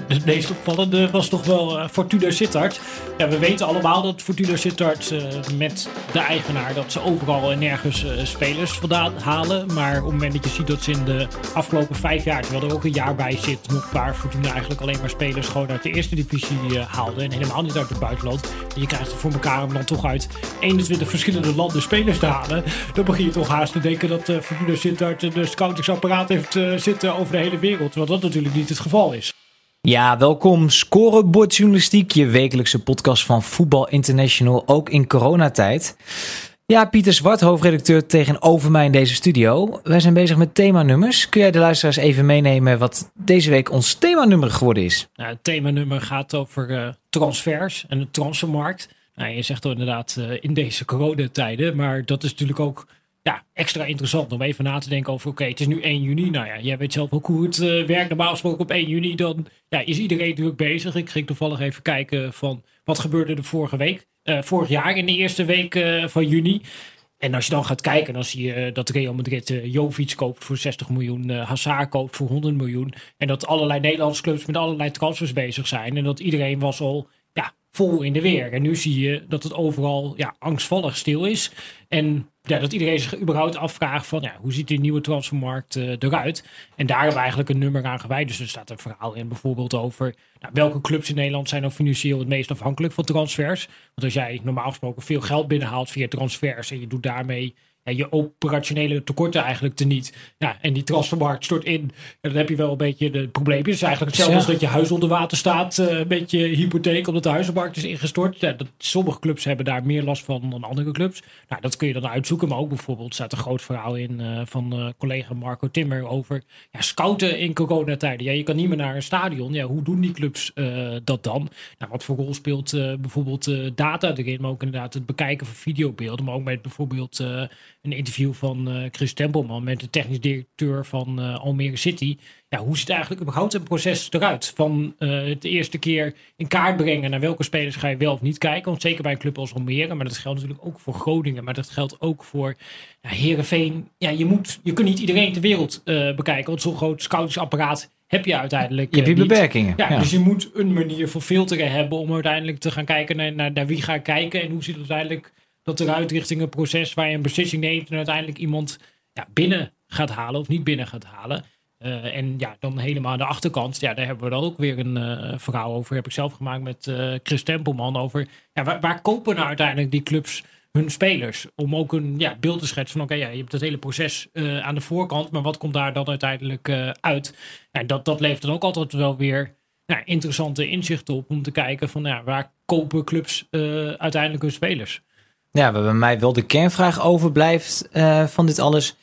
Het meest opvallende was toch wel Fortuna Sittard. Ja, we weten allemaal dat Fortuna Sittard met de eigenaar dat ze overal en nergens spelers vandaan halen. Maar op het moment dat je ziet dat ze in de afgelopen 5 jaar, terwijl er ook een jaar bij zit, nog waar Fortuna eigenlijk alleen maar spelers gewoon uit de eerste divisie haalde en helemaal niet uit het buitenland. En je krijgt het voor elkaar om dan toch uit 21 verschillende landen spelers te halen. Dan begin je toch haast te denken dat Fortuna Sittard een scoutingsapparaat heeft zitten over de hele wereld. Terwijl dat natuurlijk niet het geval is. Ja, welkom. Scorebordjournalistiek, je wekelijkse podcast van Voetbal International, ook in coronatijd. Ja, Pieter Zwart, hoofdredacteur tegenover mij in deze studio. Wij zijn bezig met themanummers. Kun jij de luisteraars even meenemen wat deze week ons themanummer geworden is? Nou, het themanummer gaat over transfers en de transfermarkt. Nou, je zegt al inderdaad in deze coronatijden, maar dat is natuurlijk ook extra interessant om even na te denken over, oké, het is nu 1 juni. Nou ja, jij weet zelf ook hoe het werkt. Normaal gesproken op 1 juni, dan is iedereen natuurlijk bezig. Ik ging toevallig even kijken van wat gebeurde er vorig jaar in de eerste week van juni. En als je dan gaat kijken, dan zie je dat Real Madrid Jovic koopt voor 60 miljoen, Hazard koopt voor 100 miljoen. En dat allerlei Nederlandse clubs met allerlei transfers bezig zijn. En dat iedereen was al vol in de weer. En nu zie je dat het overal angstvallig stil is. En dat iedereen zich überhaupt afvraagt van hoe ziet die nieuwe transfermarkt eruit? En daar hebben we eigenlijk een nummer aan gewijd. Dus er staat een verhaal in bijvoorbeeld over welke clubs in Nederland zijn dan financieel het meest afhankelijk van transfers. Want als jij normaal gesproken veel geld binnenhaalt via transfers en je doet daarmee je operationele tekorten eigenlijk teniet. Ja, en die transfermarkt stort in. En dan heb je wel een beetje de probleempjes. Het is eigenlijk hetzelfde als dat je huis onder water staat. Een beetje hypotheek omdat de huizenmarkt is ingestort. Ja, sommige clubs hebben daar meer last van dan andere clubs. Nou, dat kun je dan uitzoeken. Maar ook bijvoorbeeld staat een groot verhaal in van collega Marco Timmer over scouten in coronatijden. Ja, je kan niet meer naar een stadion. Ja, hoe doen die clubs dat dan? Nou, wat voor rol speelt bijvoorbeeld data erin? Maar ook inderdaad het bekijken van videobeelden. Maar ook met bijvoorbeeld een interview van Chris Tempelman met de technisch directeur van Almere City. Ja, hoe ziet eigenlijk überhaupt een proces eruit? Van het eerste keer in kaart brengen naar welke spelers ga je wel of niet kijken. Want zeker bij een club als Almere, maar dat geldt natuurlijk ook voor Groningen. Maar dat geldt ook voor Heerenveen. Ja, je kunt niet iedereen ter wereld bekijken. Want zo'n groot scoutingsapparaat heb je uiteindelijk je hebt niet. Beperkingen. Ja, dus je moet een manier voor filteren hebben om uiteindelijk te gaan kijken naar wie ga ik kijken. En hoe ziet het uiteindelijk dat eruit richting een proces waar je een beslissing neemt en uiteindelijk iemand binnen gaat halen of niet binnen gaat halen. En dan helemaal aan de achterkant, daar hebben we dan ook weer een verhaal over. Heb ik zelf gemaakt met Chris Tempelman over waar kopen nou uiteindelijk die clubs hun spelers? Om ook een beeld te schetsen van je hebt het hele proces aan de voorkant, maar wat komt daar dan uiteindelijk uit? En dat levert dan ook altijd wel weer interessante inzichten op om te kijken van waar kopen clubs uiteindelijk hun spelers? Ja, waar bij mij wel de kernvraag overblijft van dit alles.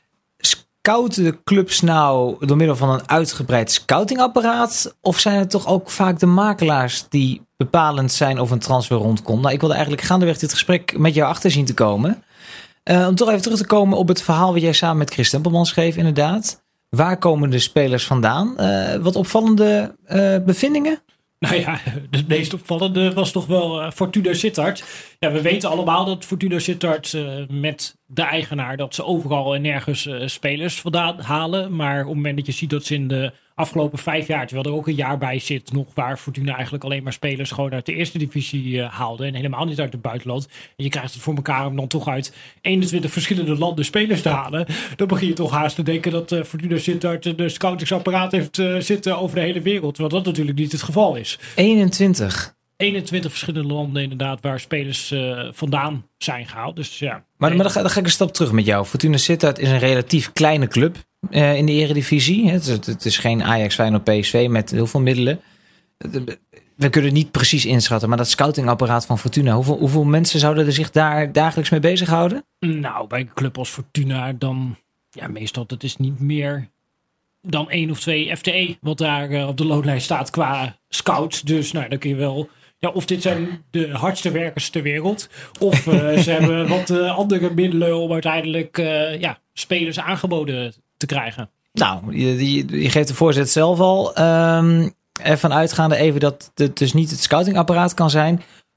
Scouten de clubs nou door middel van een uitgebreid scoutingapparaat? Of zijn het toch ook vaak de makelaars die bepalend zijn of een transfer rondkomt? Nou, ik wilde eigenlijk gaandeweg dit gesprek met jou achter zien te komen. Om toch even terug te komen op het verhaal wat jij samen met Chris Tempelman schreef, inderdaad. Waar komen de spelers vandaan? Wat opvallende bevindingen? Nou ja, het meest opvallende was toch wel Fortuna Sittard. Ja, we weten allemaal dat Fortuna Sittard met de eigenaar dat ze overal en nergens spelers vandaan halen. Maar op het moment dat je ziet dat ze in de afgelopen 5 jaar, terwijl er ook een jaar bij zit, nog waar Fortuna eigenlijk alleen maar spelers gewoon uit de eerste divisie haalde. En helemaal niet uit het buitenland. En je krijgt het voor elkaar om dan toch uit 21 verschillende landen spelers te halen. Dan begin je toch haast te denken dat Fortuna Sittard een scoutingsapparaat heeft zitten over de hele wereld. Terwijl dat natuurlijk niet het geval is. 21 verschillende landen inderdaad waar spelers vandaan zijn gehaald. Dus Maar dan ga ik een stap terug met jou. Fortuna Sittard is een relatief kleine club in de eredivisie. Het is geen Ajax, Feyenoord, PSV met heel veel middelen. We kunnen het niet precies inschatten, maar dat scoutingapparaat van Fortuna, hoeveel mensen zouden er zich daar dagelijks mee bezighouden? Nou, bij een club als Fortuna dan, meestal het is niet meer dan 1 of 2 FTE wat daar op de loonlijst staat qua scouts. Dus dan kun je wel, of dit zijn de hardste werkers ter wereld, of ze hebben wat andere middelen om uiteindelijk spelers aangeboden te krijgen. Nou, je geeft de voorzet zelf al. Ervan uitgaande even dat het dus niet het scoutingapparaat kan zijn.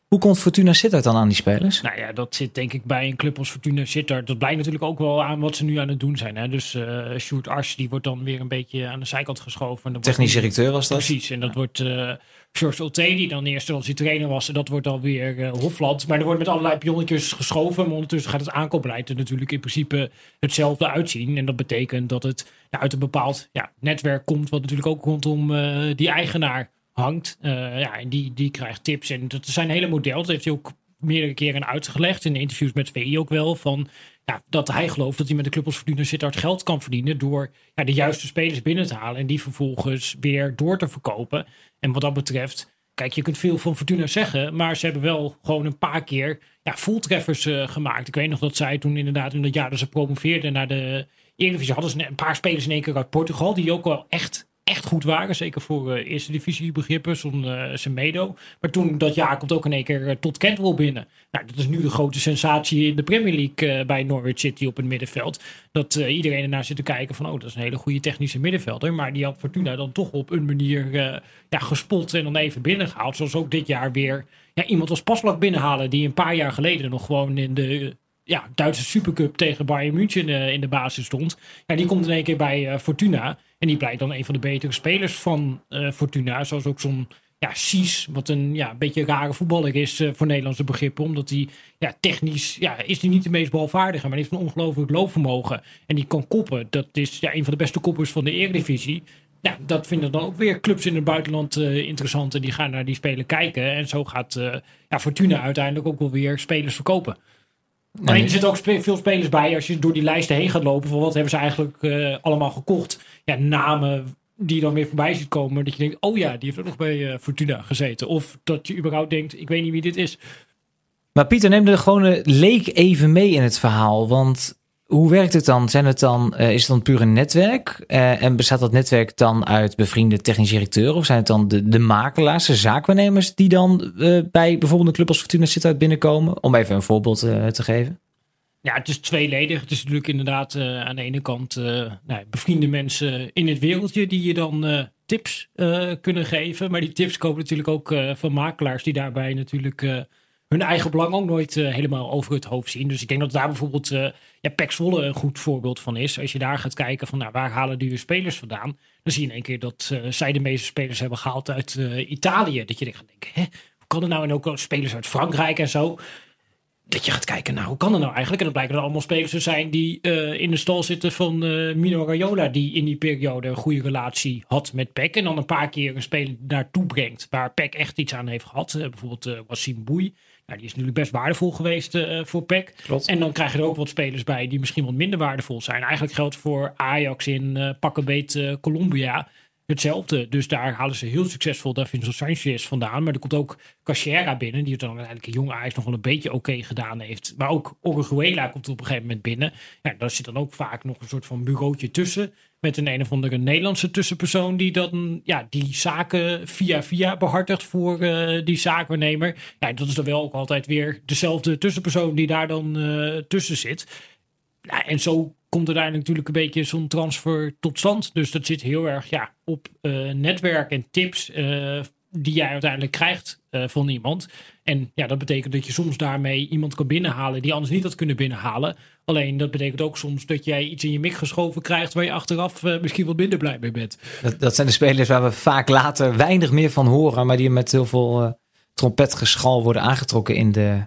Hoe komt Fortuna Sittard dan aan die spelers? Nou ja, dat zit denk ik bij een club als Fortuna Sittard. Dat blijkt natuurlijk ook wel aan wat ze nu aan het doen zijn. Hè? Dus Sjoerd Ars, die wordt dan weer een beetje aan de zijkant geschoven. En Technisch directeur was dat? Precies, en dat wordt George Ulte, die dan eerst als die trainer was. En dat wordt dan weer Hofland. Maar er wordt met allerlei pionnetjes geschoven. Maar ondertussen gaat het aankoopbeleid er natuurlijk in principe hetzelfde uitzien. En dat betekent dat het uit een bepaald netwerk komt. Wat natuurlijk ook rondom die eigenaar hangt. En die krijgt tips. En dat zijn hele modellen. Dat heeft hij ook meerdere keren uitgelegd. In de interviews met VI ook wel. Van, dat hij gelooft dat hij met de club als Fortuna Sittard geld kan verdienen. Door de juiste spelers binnen te halen. En die vervolgens weer door te verkopen. En wat dat betreft. Kijk, je kunt veel van Fortuna zeggen. Maar ze hebben wel gewoon een paar keer voltreffers gemaakt. Ik weet nog dat zij toen inderdaad in dat jaar dat ze promoveerden naar de Eredivisie. Hadden ze een paar spelers in één keer uit Portugal. Die ook wel echt goed waren. Zeker voor eerste divisie begrippen. Zo'n Semedo. Maar toen dat jaar komt ook in één keer Todd Cantwell binnen. Nou, dat is nu de grote sensatie in de Premier League bij Norwich City op het middenveld. Dat iedereen ernaar zit te kijken van dat is een hele goede technische middenvelder. Maar die had Fortuna dan toch op een manier gespot en dan even binnengehaald. Zoals ook dit jaar weer iemand als Paslak binnenhalen. Die een paar jaar geleden nog gewoon in de Duitse Supercup tegen Bayern München in de basis stond. Ja, die komt in één keer bij Fortuna. En die blijkt dan een van de betere spelers van Fortuna. Zoals ook zo'n Cies, wat een beetje rare voetballer is voor Nederlandse begrippen. Omdat hij technisch is hij niet de meest balvaardige. Maar hij heeft een ongelooflijk loopvermogen. En die kan koppen. Dat is een van de beste koppers van de Eredivisie. Ja, dat vinden dan ook weer clubs in het buitenland interessant. En die gaan naar die spelen kijken. En zo gaat Fortuna uiteindelijk ook wel weer spelers verkopen. Alleen er zitten ook veel spelers bij. Als je door die lijsten heen gaat lopen. Van wat hebben ze eigenlijk allemaal gekocht. Namen die dan weer voorbij ziet komen. Dat je denkt, die heeft ook nog bij Fortuna gezeten. Of dat je überhaupt denkt, ik weet niet wie dit is. Maar Pieter, neem de gewone leek even mee in het verhaal. Want hoe werkt het dan? Is het dan puur een netwerk? En bestaat dat netwerk dan uit bevriende technisch directeuren? Of zijn het dan de makelaars, de zaakwaarnemers die dan bij bijvoorbeeld een club als Fortuna Sittard binnenkomen? Om even een voorbeeld te geven. Ja, het is tweeledig. Het is natuurlijk inderdaad aan de ene kant bevriende mensen in het wereldje die je dan tips kunnen geven. Maar die tips komen natuurlijk ook van makelaars die daarbij natuurlijk hun eigen belang ook nooit helemaal over het hoofd zien. Dus ik denk dat daar bijvoorbeeld PEC Zwolle een goed voorbeeld van is. Als je daar gaat kijken van waar halen die spelers vandaan, dan zie je in één keer dat zij de meeste spelers hebben gehaald uit Italië. Dat je gaat denken, hoe kan het nou? En ook spelers uit Frankrijk en zo. Dat je gaat kijken, hoe kan dat nou eigenlijk? En dat blijken er allemaal spelers te zijn die in de stal zitten van Mino Raiola, die in die periode een goede relatie had met PEC. En dan een paar keer een speler naartoe brengt waar PEC echt iets aan heeft gehad. Bijvoorbeeld Wassim Boei. Die is natuurlijk best waardevol geweest voor PEC. Klopt. En dan krijg je er ook wat spelers bij die misschien wat minder waardevol zijn. Eigenlijk geldt voor Ajax in pakkenbeet Colombia hetzelfde. Dus daar halen ze heel succesvol Davinson Sanchez vandaan. Maar er komt ook Cachera binnen, die het dan uiteindelijk een jonge Ajax nog wel een beetje oké gedaan heeft. Maar ook Orejuela komt er op een gegeven moment binnen. Ja, daar zit dan ook vaak nog een soort van bureautje tussen. Met een of andere Nederlandse tussenpersoon die dan die zaken via behartigt voor die zaakwaarnemer. Ja, dat is dan wel ook altijd weer dezelfde tussenpersoon die daar dan tussen zit. Ja, en zo komt uiteindelijk natuurlijk een beetje zo'n transfer tot stand. Dus dat zit heel erg op netwerk en tips die jij uiteindelijk krijgt van iemand. En dat betekent dat je soms daarmee iemand kan binnenhalen die anders niet had kunnen binnenhalen. Alleen dat betekent ook soms dat jij iets in je mik geschoven krijgt waar je achteraf misschien wat minder blij mee bent. Dat zijn de spelers waar we vaak later weinig meer van horen, maar die met heel veel trompetgeschal worden aangetrokken in de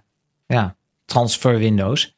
transferwindows.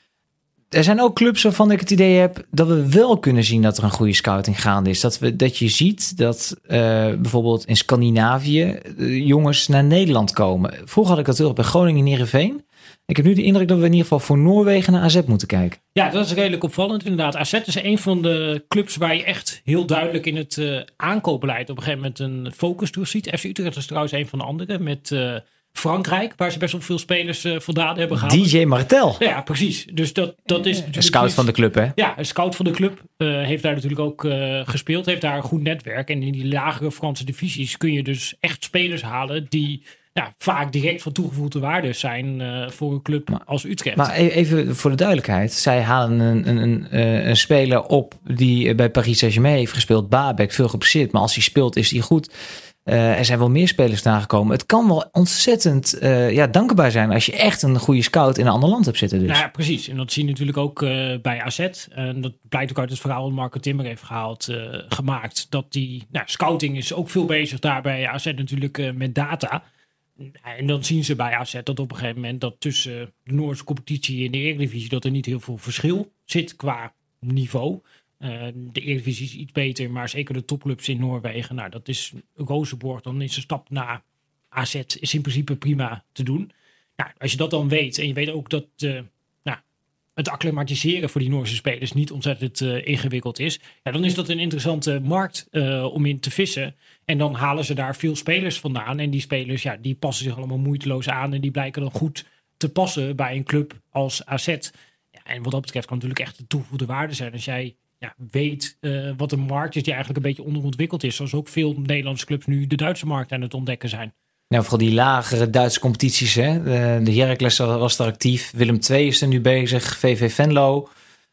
Er zijn ook clubs waarvan ik het idee heb dat we wel kunnen zien dat er een goede scouting gaande is. Dat je ziet dat bijvoorbeeld in Scandinavië jongens naar Nederland komen. Vroeger had ik dat heel erg bij Groningen en Heerenveen. Ik heb nu de indruk dat we in ieder geval voor Noorwegen naar AZ moeten kijken. Ja, dat is redelijk opvallend inderdaad. AZ is een van de clubs waar je echt heel duidelijk in het aankoopbeleid op een gegeven moment een focus door ziet. FC Utrecht is trouwens een van de andere met Frankrijk, waar ze best wel veel spelers vandaan hebben gehaald. DJ Martel. Ja, precies. Dus dat is natuurlijk een scout van de club, hè? Ja, een scout van de club. Heeft daar natuurlijk ook gespeeld. Heeft daar een goed netwerk. En in die lagere Franse divisies kun je dus echt spelers halen die vaak direct van toegevoegde waarde zijn voor een club als Utrecht. Maar even voor de duidelijkheid. Zij halen een speler op die bij Paris Saint-Germain heeft gespeeld. Babek, veel gepasseerd. Maar als hij speelt is hij goed. Er zijn wel meer spelers aangekomen. Het kan wel ontzettend dankbaar zijn als je echt een goede scout in een ander land hebt zitten. Dus. Nou ja, precies. En dat zie je natuurlijk ook bij AZ. En dat blijkt ook uit het verhaal dat Marco Timmer heeft gemaakt. Dat die scouting is ook veel bezig daar bij AZ natuurlijk met data. En dan zien ze bij AZ dat op een gegeven moment dat tussen de Noorse competitie en de Eredivisie dat er niet heel veel verschil zit qua niveau. De Eredivisie is iets beter, maar zeker de topclubs in Noorwegen. Nou, dat is Rosenborg. Dan is een stap naar AZ is in principe prima te doen. Nou, als je dat dan weet en je weet ook dat het acclimatiseren voor die Noorse spelers niet ontzettend ingewikkeld is. Ja, dan is dat een interessante markt om in te vissen. En dan halen ze daar veel spelers vandaan. En die spelers die passen zich allemaal moeiteloos aan. En die blijken dan goed te passen bij een club als AZ. Ja, en wat dat betreft kan natuurlijk echt de toegevoegde waarde zijn. Als jij weet wat een markt is die eigenlijk een beetje onderontwikkeld is. Zoals ook veel Nederlandse clubs nu de Duitse markt aan het ontdekken zijn. Nou, vooral die lagere Duitse competities. Hè? De Heracles was daar actief. Willem II is er nu bezig. VV Venlo.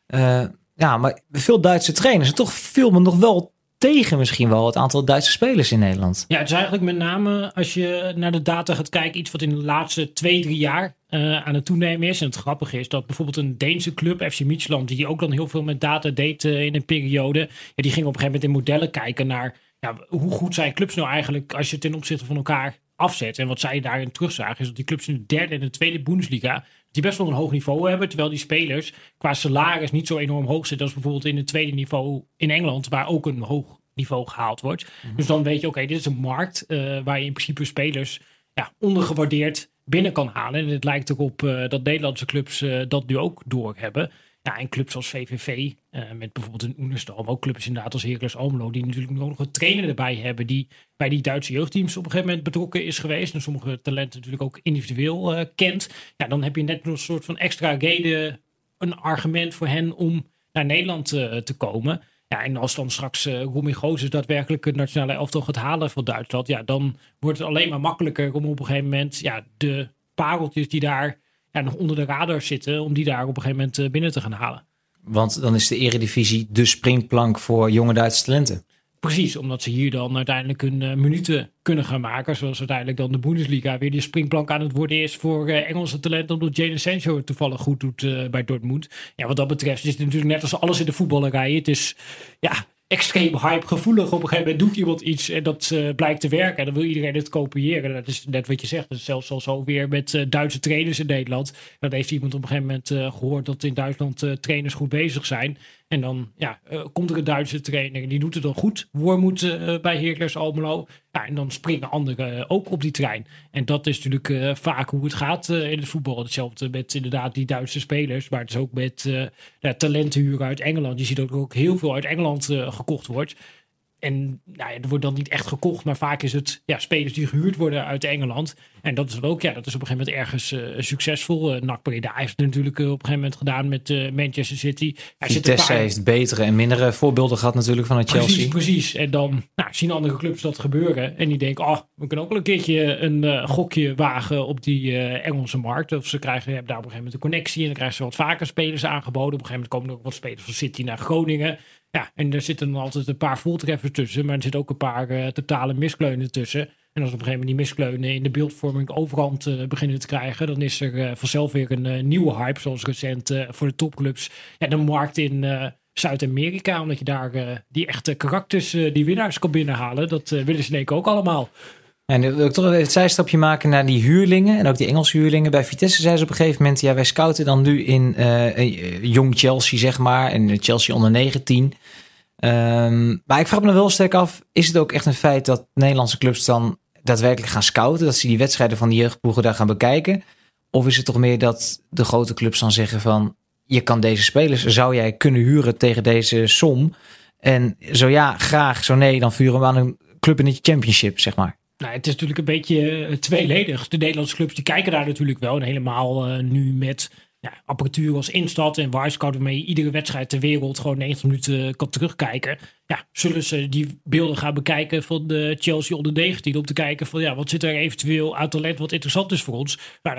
Maar veel Duitse trainers. En toch viel me nog wel tegen misschien wel het aantal Duitse spelers in Nederland. Ja, het is eigenlijk met name als je naar de data gaat kijken. Iets wat in de laatste 2-3 jaar aan het toenemen is. En het grappige is dat bijvoorbeeld een Deense club, FC Midtjylland, die ook dan heel veel met data deed in een periode. Die ging op een gegeven moment in modellen kijken naar hoe goed zijn clubs nou eigenlijk als je ten opzichte van elkaar afzet. En wat zij daarin terugzagen is dat die clubs in de derde en de tweede Bundesliga die best wel een hoog niveau hebben, terwijl die spelers qua salaris niet zo enorm hoog zitten als bijvoorbeeld in het tweede niveau in Engeland, waar ook een hoog niveau gehaald wordt. Mm-hmm. Dus dan weet je, oké, dit is een markt waar je in principe spelers ondergewaardeerd binnen kan halen. En het lijkt erop dat Nederlandse clubs dat nu ook doorhebben. Ja, en clubs als VVV, met bijvoorbeeld een Oenerstal, maar ook clubs inderdaad als Heracles Almelo, die natuurlijk nu ook nog een trainer erbij hebben die bij die Duitse jeugdteams op een gegeven moment betrokken is geweest. En sommige talenten natuurlijk ook individueel kent. Ja, dan heb je net nog een soort van extra reden, een argument voor hen om naar Nederland te komen. Ja, en als dan straks Romy Gozes daadwerkelijk het nationale elftal gaat halen voor Duitsland, dan wordt het alleen maar makkelijker om op een gegeven moment de pareltjes die daar nog onder de radar zitten, om die daar op een gegeven moment binnen te gaan halen. Want dan is de Eredivisie de springplank voor jonge Duitse talenten. Precies, omdat ze hier dan uiteindelijk hun minuten kunnen gaan maken. Zoals uiteindelijk dan de Bundesliga weer die springplank aan het worden is voor Engelse talenten. Omdat Jadon Sancho het toevallig goed doet bij Dortmund. Ja, wat dat betreft is het natuurlijk net als alles in de voetballerij. Het is extreem hypegevoelig. Op een gegeven moment doet iemand iets en dat blijkt te werken. En dan wil iedereen het kopiëren. Dat is net wat je zegt. Dat is zelfs al zo weer met Duitse trainers in Nederland. Dat heeft iemand op een gegeven moment gehoord dat in Duitsland trainers goed bezig zijn. En dan komt er een Duitse trainer en die doet het dan goed. Wormoed bij Heracles Almelo. Ja, en dan springen anderen ook op die trein. En dat is natuurlijk vaak hoe het gaat in het voetbal. Hetzelfde met inderdaad die Duitse spelers. Maar het is ook met talentenhuren uit Engeland. Je ziet ook heel veel uit Engeland gekocht wordt. En er wordt dan niet echt gekocht, maar vaak is het spelers die gehuurd worden uit Engeland. En dat is dan ook, dat is op een gegeven moment ergens succesvol. NAC Breda heeft het natuurlijk op een gegeven moment gedaan met Manchester City. Vitesse heeft betere en mindere voorbeelden gehad natuurlijk van het Chelsea. Precies. En dan zien andere clubs dat gebeuren. En die denken, we kunnen ook wel een keertje een gokje wagen op die Engelse markt. Of ze hebben daar op een gegeven moment een connectie en dan krijgen ze wat vaker spelers aangeboden. Op een gegeven moment komen er ook wat spelers van City naar Groningen. Ja, en er zitten dan altijd een paar voltreffers tussen, maar er zitten ook een paar totale miskleunen tussen. En als op een gegeven moment die miskleunen in de beeldvorming overhand beginnen te krijgen, dan is er vanzelf weer een nieuwe hype, zoals recent voor de topclubs. Ja, de markt in Zuid-Amerika, omdat je daar die echte karakters, die winnaars kan binnenhalen. Dat willen ze denk ik ook allemaal. En dan wil ik toch even het zijstapje maken naar die huurlingen en ook die Engelse huurlingen. Bij Vitesse zeiden ze op een gegeven moment, wij scouten dan nu in jong Chelsea, zeg maar, en Chelsea onder 19. Maar ik vraag me dan wel sterk af, is het ook echt een feit dat Nederlandse clubs dan daadwerkelijk gaan scouten, dat ze die wedstrijden van de jeugdploegen daar gaan bekijken? Of is het toch meer dat de grote clubs dan zeggen van, je kan deze spelers, zou jij kunnen huren tegen deze som? En zo ja, graag, zo nee, dan vuren we aan een club in de championship, zeg maar. Nou, het is natuurlijk een beetje tweeledig. De Nederlandse clubs die kijken daar natuurlijk wel. En helemaal nu met apparatuur als Instat en Wirescout, waarmee je iedere wedstrijd ter wereld gewoon 90 minuten kan terugkijken. zullen ze die beelden gaan bekijken van de Chelsea onder 19 om te kijken van wat zit er eventueel aan talent wat interessant is voor ons. Nou, dan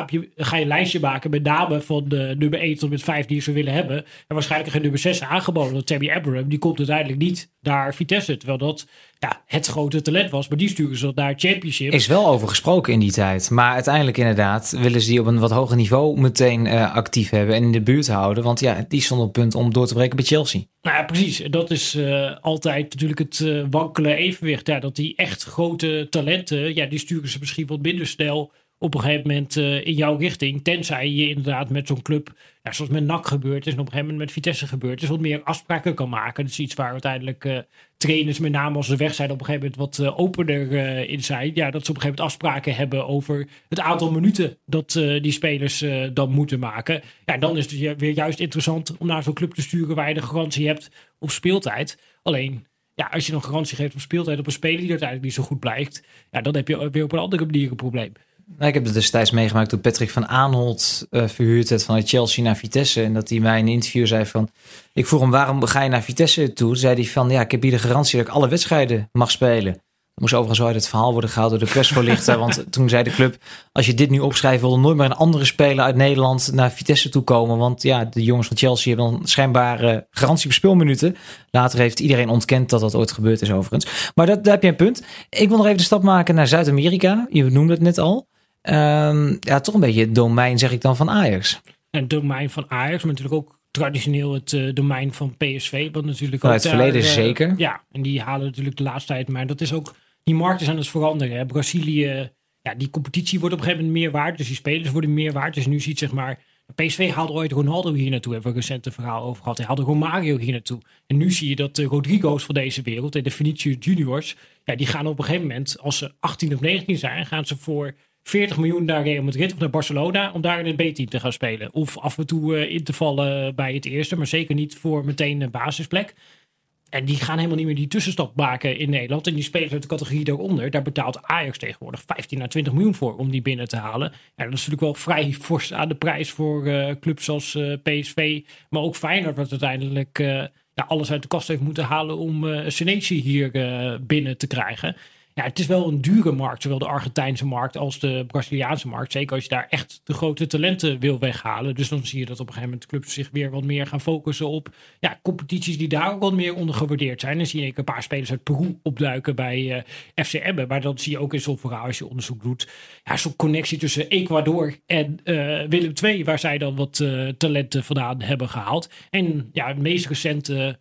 ga je een lijstje maken met namen van de nummer 1 tot met 5 die ze willen hebben. En waarschijnlijk geen nummer 6 aangeboden. Want Tammy Abraham, die komt uiteindelijk niet naar Vitesse. Terwijl dat het grote talent was. Maar die sturen ze naar Championship. Is wel over gesproken in die tijd. Maar uiteindelijk inderdaad willen ze die op een wat hoger niveau meteen actief hebben en in de buurt houden. Want die stond op het punt om door te breken bij Chelsea. Nou ja, precies. Dat is altijd natuurlijk het wankele evenwicht. Ja, dat die echt grote talenten, die sturen ze misschien wat minder snel op een gegeven moment in jouw richting. Tenzij je inderdaad met zo'n club, zoals met NAC gebeurd is en op een gegeven moment met Vitesse gebeurd is, wat meer afspraken kan maken. Dat is iets waar uiteindelijk trainers, met name als ze weg zijn, op een gegeven moment wat opener in zijn. Ja, dat ze op een gegeven moment afspraken hebben over het aantal minuten dat die spelers dan moeten maken. Ja, dan is het weer juist interessant om naar zo'n club te sturen waar je de garantie hebt op speeltijd. Alleen, als je nog garantie geeft op speeltijd op een speler die uiteindelijk niet zo goed blijkt, dan heb je weer op een andere manier een probleem. Nou, ik heb het destijds meegemaakt toen Patrick van Aanholt verhuurd werd vanuit Chelsea naar Vitesse. En dat hij mij in een interview zei van, ik vroeg hem waarom ga je naar Vitesse toe? Toen zei hij van, ik heb hier de garantie dat ik alle wedstrijden mag spelen. Er moest overigens uit het verhaal worden gehaald door de persvoorlichter. Want toen zei de club, als je dit nu opschrijft, wil er nooit meer een andere speler uit Nederland naar Vitesse toe komen. Want de jongens van Chelsea hebben dan schijnbaar garantie op speelminuten. Later heeft iedereen ontkend dat dat ooit gebeurd is overigens. Maar daar heb je een punt. Ik wil nog even de stap maken naar Zuid-Amerika. Je noemde het net al. Toch een beetje het domein, zeg ik dan, van Ajax. Het domein van Ajax, maar natuurlijk ook traditioneel het domein van PSV. Wat natuurlijk uit het verleden zeker. Ja, en die halen natuurlijk de laatste tijd. Maar dat is ook, die markt is aan het veranderen. Hè. Brazilië, die competitie wordt op een gegeven moment meer waard. Dus die spelers worden meer waard. Dus nu ziet zeg maar, PSV haalde ooit Ronaldo hier naartoe. Hebben we een recent verhaal over gehad. Hij haalde Romario hier naartoe. En nu zie je dat de Rodrigo's van deze wereld en de Vinicius Juniors, die gaan op een gegeven moment, als ze 18 of 19 zijn, gaan ze voor 40 miljoen naar Real Madrid of naar Barcelona om daar in het B-team te gaan spelen. Of af en toe in te vallen bij het eerste, maar zeker niet voor meteen een basisplek. En die gaan helemaal niet meer die tussenstap maken in Nederland. En die spelers uit de categorie daaronder, daar betaalt Ajax tegenwoordig 15 naar 20 miljoen voor om die binnen te halen. En dat is natuurlijk wel vrij fors aan de prijs voor clubs als PSV, maar ook Feyenoord, wat uiteindelijk alles uit de kast heeft moeten halen om Senesi hier binnen te krijgen. Ja, het is wel een dure markt, zowel de Argentijnse markt als de Braziliaanse markt. Zeker als je daar echt de grote talenten wil weghalen. Dus dan zie je dat op een gegeven moment de clubs zich weer wat meer gaan focussen op competities die daar ook wat meer onder gewaardeerd zijn. Dan zie je een paar spelers uit Peru opduiken bij FC Emmen. Maar dan zie je ook in zo'n verhaal, als je onderzoek doet, zo'n connectie tussen Ecuador en Willem II, waar zij dan wat talenten vandaan hebben gehaald. En het meest recente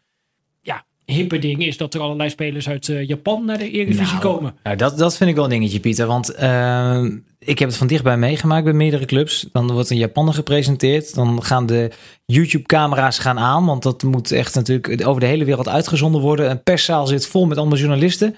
hippe ding is dat er allerlei spelers uit Japan naar de Eredivisie komen. Nou, dat vind ik wel een dingetje, Pieter. Want ik heb het van dichtbij meegemaakt bij meerdere clubs. Dan wordt een Japaner gepresenteerd. Dan gaan de YouTube-camera's aan. Want dat moet echt natuurlijk over de hele wereld uitgezonden worden. Een perszaal zit vol met allemaal journalisten.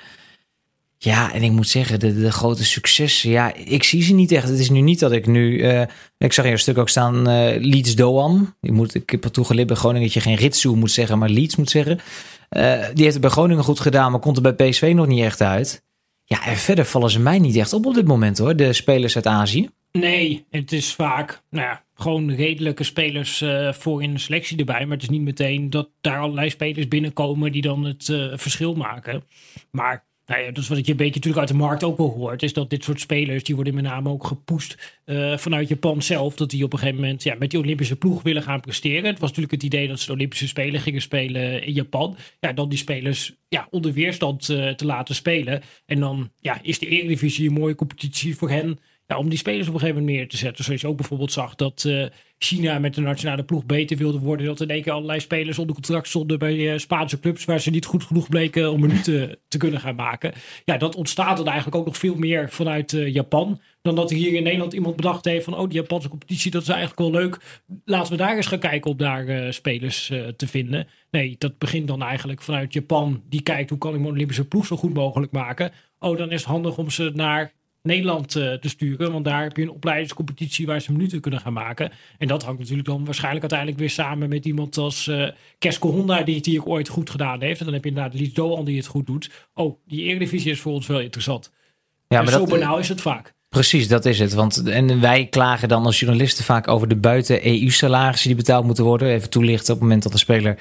Ja, en ik moet zeggen, de grote successen, ik zie ze niet echt. Het is nu niet dat ik nu, ik zag hier een stuk ook staan, Leeds Doan. Ik heb ertoe geleerd bij Groningen dat je geen Ritsu moet zeggen, maar Leeds moet zeggen. Die heeft het bij Groningen goed gedaan, maar komt er bij PSV nog niet echt uit. Ja, en verder vallen ze mij niet echt op dit moment hoor, de spelers uit Azië. Nee, het is vaak gewoon redelijke spelers voor in de selectie erbij. Maar het is niet meteen dat daar allerlei spelers binnenkomen die dan het verschil maken. Maar dat is wat je een beetje natuurlijk uit de markt ook wel hoort. Is dat dit soort spelers, die worden met name ook gepusht vanuit Japan zelf. Dat die op een gegeven moment met die Olympische ploeg willen gaan presteren. Het was natuurlijk het idee dat ze de Olympische Spelen gingen spelen in Japan. Ja, dan die spelers onder weerstand te laten spelen. En dan is de Eredivisie een mooie competitie voor hen. Om die spelers op een gegeven moment meer te zetten. Zoals je ook bijvoorbeeld zag dat China met de nationale ploeg beter wilde worden. Dat in één keer allerlei spelers onder contract stonden bij Spaanse clubs waar ze niet goed genoeg bleken om minuten te kunnen gaan maken. Ja, dat ontstaat dan eigenlijk ook nog veel meer vanuit Japan. Dan dat hier in Nederland iemand bedacht heeft van die Japanse competitie, dat is eigenlijk wel leuk. Laten we daar eens gaan kijken om daar spelers te vinden. Nee, dat begint dan eigenlijk vanuit Japan. Die kijkt, hoe kan ik mijn Olympische ploeg zo goed mogelijk maken? Dan is het handig om ze naar Nederland te sturen, want daar heb je een opleidingscompetitie waar ze minuten kunnen gaan maken. En dat hangt natuurlijk dan waarschijnlijk uiteindelijk weer samen met iemand als Kesko Honda, die het hier ooit goed gedaan heeft. En dan heb je inderdaad Leeds Doan die het goed doet. Die Eredivisie is voor ons wel interessant. Ja, maar zo banaal is het vaak. Precies, dat is het. En wij klagen dan als journalisten vaak over de buiten-EU-salarissen die betaald moeten worden. Even toelichten op het moment dat een speler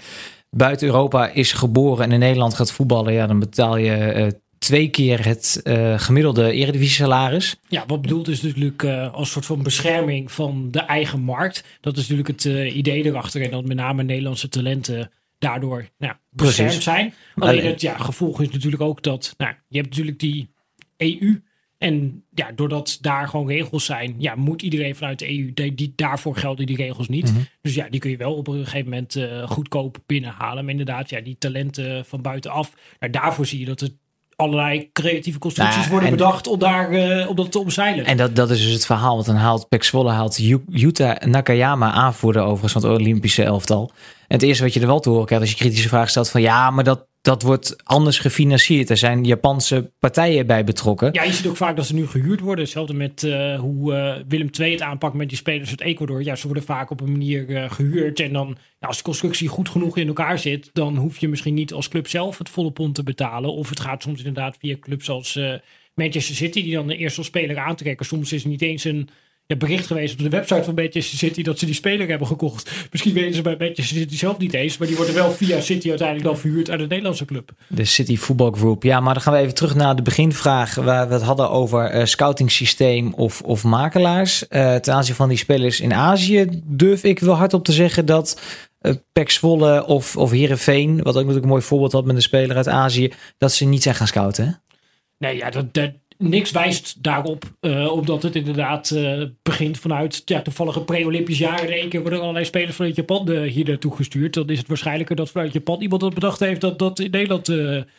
buiten Europa is geboren en in Nederland gaat voetballen, ja, dan betaal je 2 keer het gemiddelde eredivisie-salaris. Ja, wat bedoeld is natuurlijk als soort van bescherming van de eigen markt. Dat is natuurlijk het idee erachter. En dat met name Nederlandse talenten daardoor beschermd zijn. Alleen het gevolg is natuurlijk ook dat je hebt natuurlijk die EU. En ja, doordat daar gewoon regels zijn, moet iedereen vanuit de EU, daarvoor gelden die regels niet. Mm-hmm. Dus ja, die kun je wel op een gegeven moment goedkoop binnenhalen. Maar inderdaad, die talenten van buitenaf, daarvoor zie je dat het allerlei creatieve constructies worden bedacht om dat te omzeilen. En dat is dus het verhaal. Want dan haalt PEC Zwolle Yuta Nakayama, aanvoerder overigens van het Olympische elftal. En het eerste wat je er wel te horen krijgt als je kritische vraag stelt van maar dat wordt anders gefinancierd. Er zijn Japanse partijen bij betrokken. Ja, je ziet ook vaak dat ze nu gehuurd worden. Hetzelfde met hoe Willem II het aanpakt met die spelers uit Ecuador. Ja, ze worden vaak op een manier gehuurd. En dan, als de constructie goed genoeg in elkaar zit, dan hoef je misschien niet als club zelf het volle pond te betalen. Of het gaat soms inderdaad via clubs als Manchester City, die dan de eerste speler aantrekken. Soms is het niet eens een bericht geweest op de website van Manchester City dat ze die speler hebben gekocht. Misschien weten ze bij Manchester City zelf niet eens, maar die worden wel via City uiteindelijk dan verhuurd uit de Nederlandse club. De City Football Group. Ja, maar dan gaan we even terug naar de beginvraag waar we het hadden over scoutingsysteem of makelaars. Ten aanzien van die spelers in Azië durf ik wel hardop te zeggen dat PEC Zwolle of Heerenveen, wat ook natuurlijk een mooi voorbeeld had met een speler uit Azië, dat ze niet zijn gaan scouten. Hè? Nee, ja, niks wijst daarop, omdat het inderdaad begint vanuit toevallige pre-Olympisch jaar. In één keer worden allerlei spelers vanuit Japan hier naartoe gestuurd. Dan is het waarschijnlijker dat vanuit Japan iemand dat bedacht heeft dat in Nederland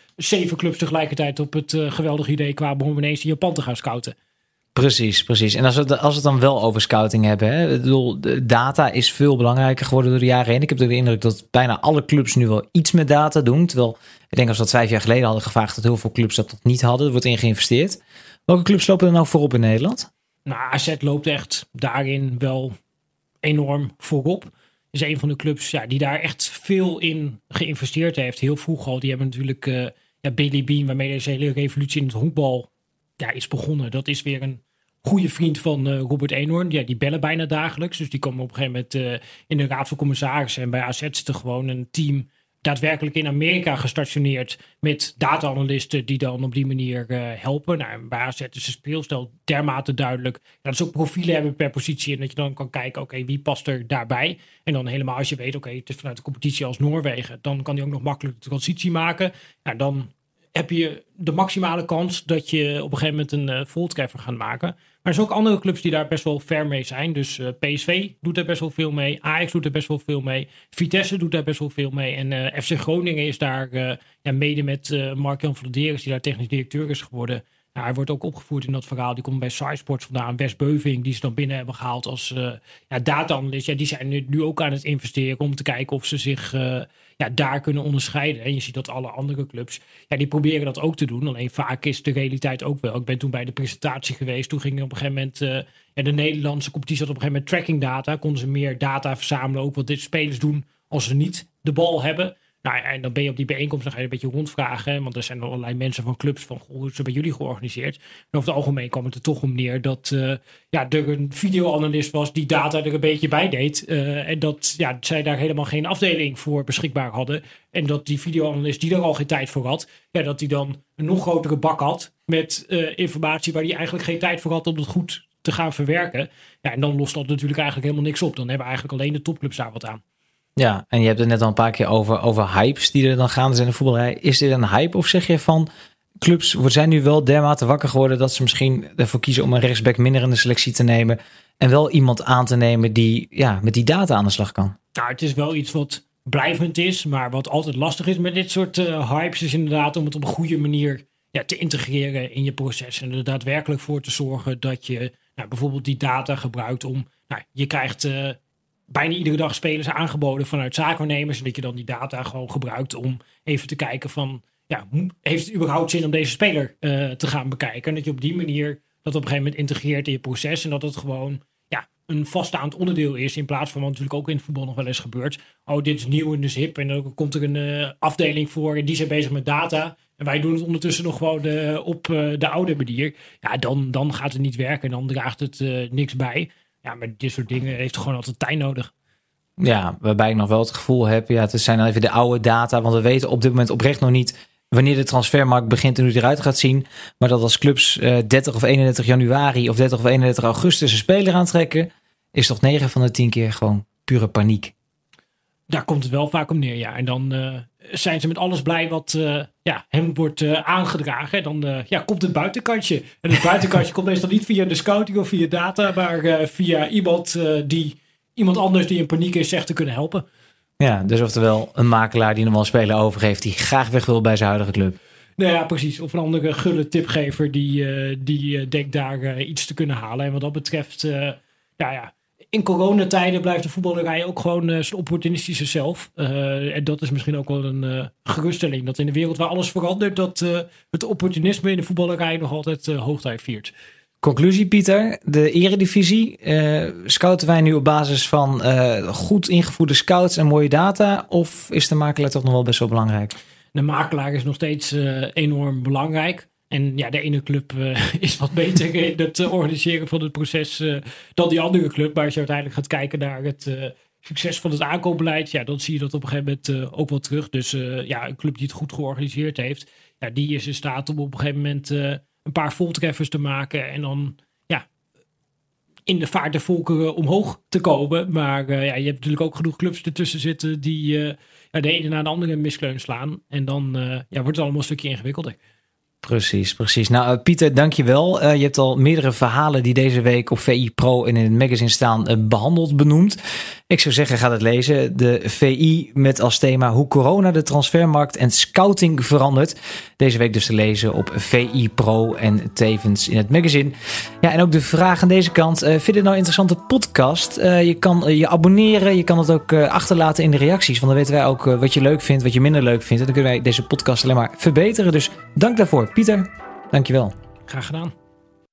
7 clubs tegelijkertijd op het geweldige idee kwamen om ineens in Japan te gaan scouten. Precies. En als we het dan wel over scouting hebben. Hè? Ik bedoel, de data is veel belangrijker geworden door de jaren heen. Ik heb de indruk dat bijna alle clubs nu wel iets met data doen. Terwijl ik denk als we dat 5 jaar geleden hadden gevraagd, dat heel veel clubs dat niet hadden. Er wordt in geïnvesteerd. Welke clubs lopen er nou voorop in Nederland? Nou, AZ loopt echt daarin wel enorm voorop. Is een van de clubs die daar echt veel in geïnvesteerd heeft. Heel vroeg al. Die hebben natuurlijk Billy Bean, waarmee deze hele revolutie in het honkbal is begonnen. Dat is weer een goede vriend van Robert Eenhoorn. Ja, die bellen bijna dagelijks. Dus die komen op een gegeven moment in de raad van commissarissen. En bij AZ zit er gewoon een team daadwerkelijk in Amerika gestationeerd met data-analysten die dan op die manier helpen. Nou, bij AZ is de speelstijl dermate duidelijk dat ze ook profielen hebben per positie en dat je dan kan kijken, oké, wie past er daarbij? En dan helemaal als je weet, oké, het is vanuit de competitie als Noorwegen, dan kan die ook nog makkelijk de transitie maken. Nou, dan heb je de maximale kans dat je op een gegeven moment een voltreffer gaat maken. Maar er zijn ook andere clubs die daar best wel ver mee zijn. Dus PSV doet er best wel veel mee. Ajax doet er best wel veel mee. Vitesse doet daar best wel veel mee. En FC Groningen is daar mede met Mark-Jan van der Deres, die daar technisch directeur is geworden. Nou, hij wordt ook opgevoerd in dat verhaal. Die komt bij SciSports vandaan. Wes Beuving, die ze dan binnen hebben gehaald als data-analyst. Ja, die zijn nu ook aan het investeren om te kijken of ze zich daar kunnen onderscheiden. En je ziet dat alle andere clubs, die proberen dat ook te doen. Alleen vaak is de realiteit ook wel. Ik ben toen bij de presentatie geweest. Toen ging op een gegeven moment de Nederlandse competitie had op een gegeven moment tracking data. Konden ze meer data verzamelen. Ook wat dit spelers doen als ze niet de bal hebben. Nou, en dan ben je op die bijeenkomst, dan ga je een beetje rondvragen. Want er zijn allerlei mensen van clubs van, hoe is het bij jullie georganiseerd? En over het algemeen kwam het er toch om neer dat er een videoanalist was die data er een beetje bij deed. En dat zij daar helemaal geen afdeling voor beschikbaar hadden. En dat die videoanalist die er al geen tijd voor had, dat die dan een nog grotere bak had met informatie waar hij eigenlijk geen tijd voor had om het goed te gaan verwerken. Ja, en dan lost dat natuurlijk eigenlijk helemaal niks op. Dan hebben eigenlijk alleen de topclubs daar wat aan. Ja, en je hebt het net al een paar keer over hypes die er dan gaande zijn in de voetballerij. Is dit een hype of zeg je van clubs zijn nu wel dermate wakker geworden dat ze misschien ervoor kiezen om een rechtsback minder in de selectie te nemen en wel iemand aan te nemen die met die data aan de slag kan? Nou, het is wel iets wat blijvend is, maar wat altijd lastig is met dit soort hypes is inderdaad om het op een goede manier te integreren in je proces en er daadwerkelijk voor te zorgen dat je bijvoorbeeld die data gebruikt om, je krijgt bijna iedere dag spelers aangeboden vanuit zaakwaarnemers. En dat je dan die data gewoon gebruikt om even te kijken van, heeft het überhaupt zin om deze speler te gaan bekijken? En dat je op die manier dat op een gegeven moment integreert in je proces. En dat het gewoon een vaststaand onderdeel is. In plaats van wat natuurlijk ook in het voetbal nog wel eens gebeurt. Oh, dit is nieuw en dus hip. En dan komt er een afdeling voor en die zijn bezig met data. En wij doen het ondertussen nog gewoon op de oude manier. Ja, dan gaat het niet werken. Dan draagt het niks bij. Ja, maar dit soort dingen heeft gewoon altijd tijd nodig. Ja, waarbij ik nog wel het gevoel heb, het zijn dan even de oude data, want we weten op dit moment oprecht nog niet wanneer de transfermarkt begint en hoe het eruit gaat zien. Maar dat als clubs 30 of 31 januari of 30 of 31 augustus een speler aantrekken, is toch 9 van de 10 keer gewoon pure paniek. Daar komt het wel vaak om neer, ja. En dan zijn ze met alles blij wat hem wordt aangedragen. En dan komt het buitenkantje. En het buitenkantje komt meestal niet via de scouting of via data, maar via iemand anders die in paniek is, zegt te kunnen helpen. Ja, dus oftewel een makelaar die nog wel een speler over heeft die graag weg wil bij zijn huidige club. Nou ja, precies. Of een andere gulle tipgever die denkt daar iets te kunnen halen. En wat dat betreft, in coronatijden blijft de voetballerij ook gewoon zijn opportunistische zelf. En dat is misschien ook wel een geruststelling. Dat in de wereld waar alles verandert, dat het opportunisme in de voetballerij nog altijd hoogtij viert. Conclusie, Pieter. De eredivisie. Scouten wij nu op basis van goed ingevoerde scouts en mooie data? Of is de makelaar toch nog wel best wel belangrijk? De makelaar is nog steeds enorm belangrijk. En ja, de ene club is wat beter in het organiseren van het proces dan die andere club. Maar als je uiteindelijk gaat kijken naar het succes van het aankoopbeleid, dan zie je dat op een gegeven moment ook wel terug. Dus een club die het goed georganiseerd heeft, die is in staat om op een gegeven moment een paar voltreffers te maken. En dan in de vaart der volkeren omhoog te komen. Maar je hebt natuurlijk ook genoeg clubs ertussen zitten die de ene na de andere miskleun slaan. En dan wordt het allemaal een stukje ingewikkelder. Precies. Nou, Pieter, dankjewel. Je hebt al meerdere verhalen die deze week op VI Pro en in het magazine staan benoemd. Ik zou zeggen, ga het lezen. De VI met als thema hoe corona de transfermarkt en scouting verandert. Deze week dus te lezen op VI Pro en tevens in het magazine. Ja, en ook de vraag aan deze kant. Vind je het nou een interessante podcast? Je kan je abonneren. Je kan het ook achterlaten in de reacties. Want dan weten wij ook wat je leuk vindt, wat je minder leuk vindt. En dan kunnen wij deze podcast alleen maar verbeteren. Dus dank daarvoor. Pieter, dankjewel. Graag gedaan.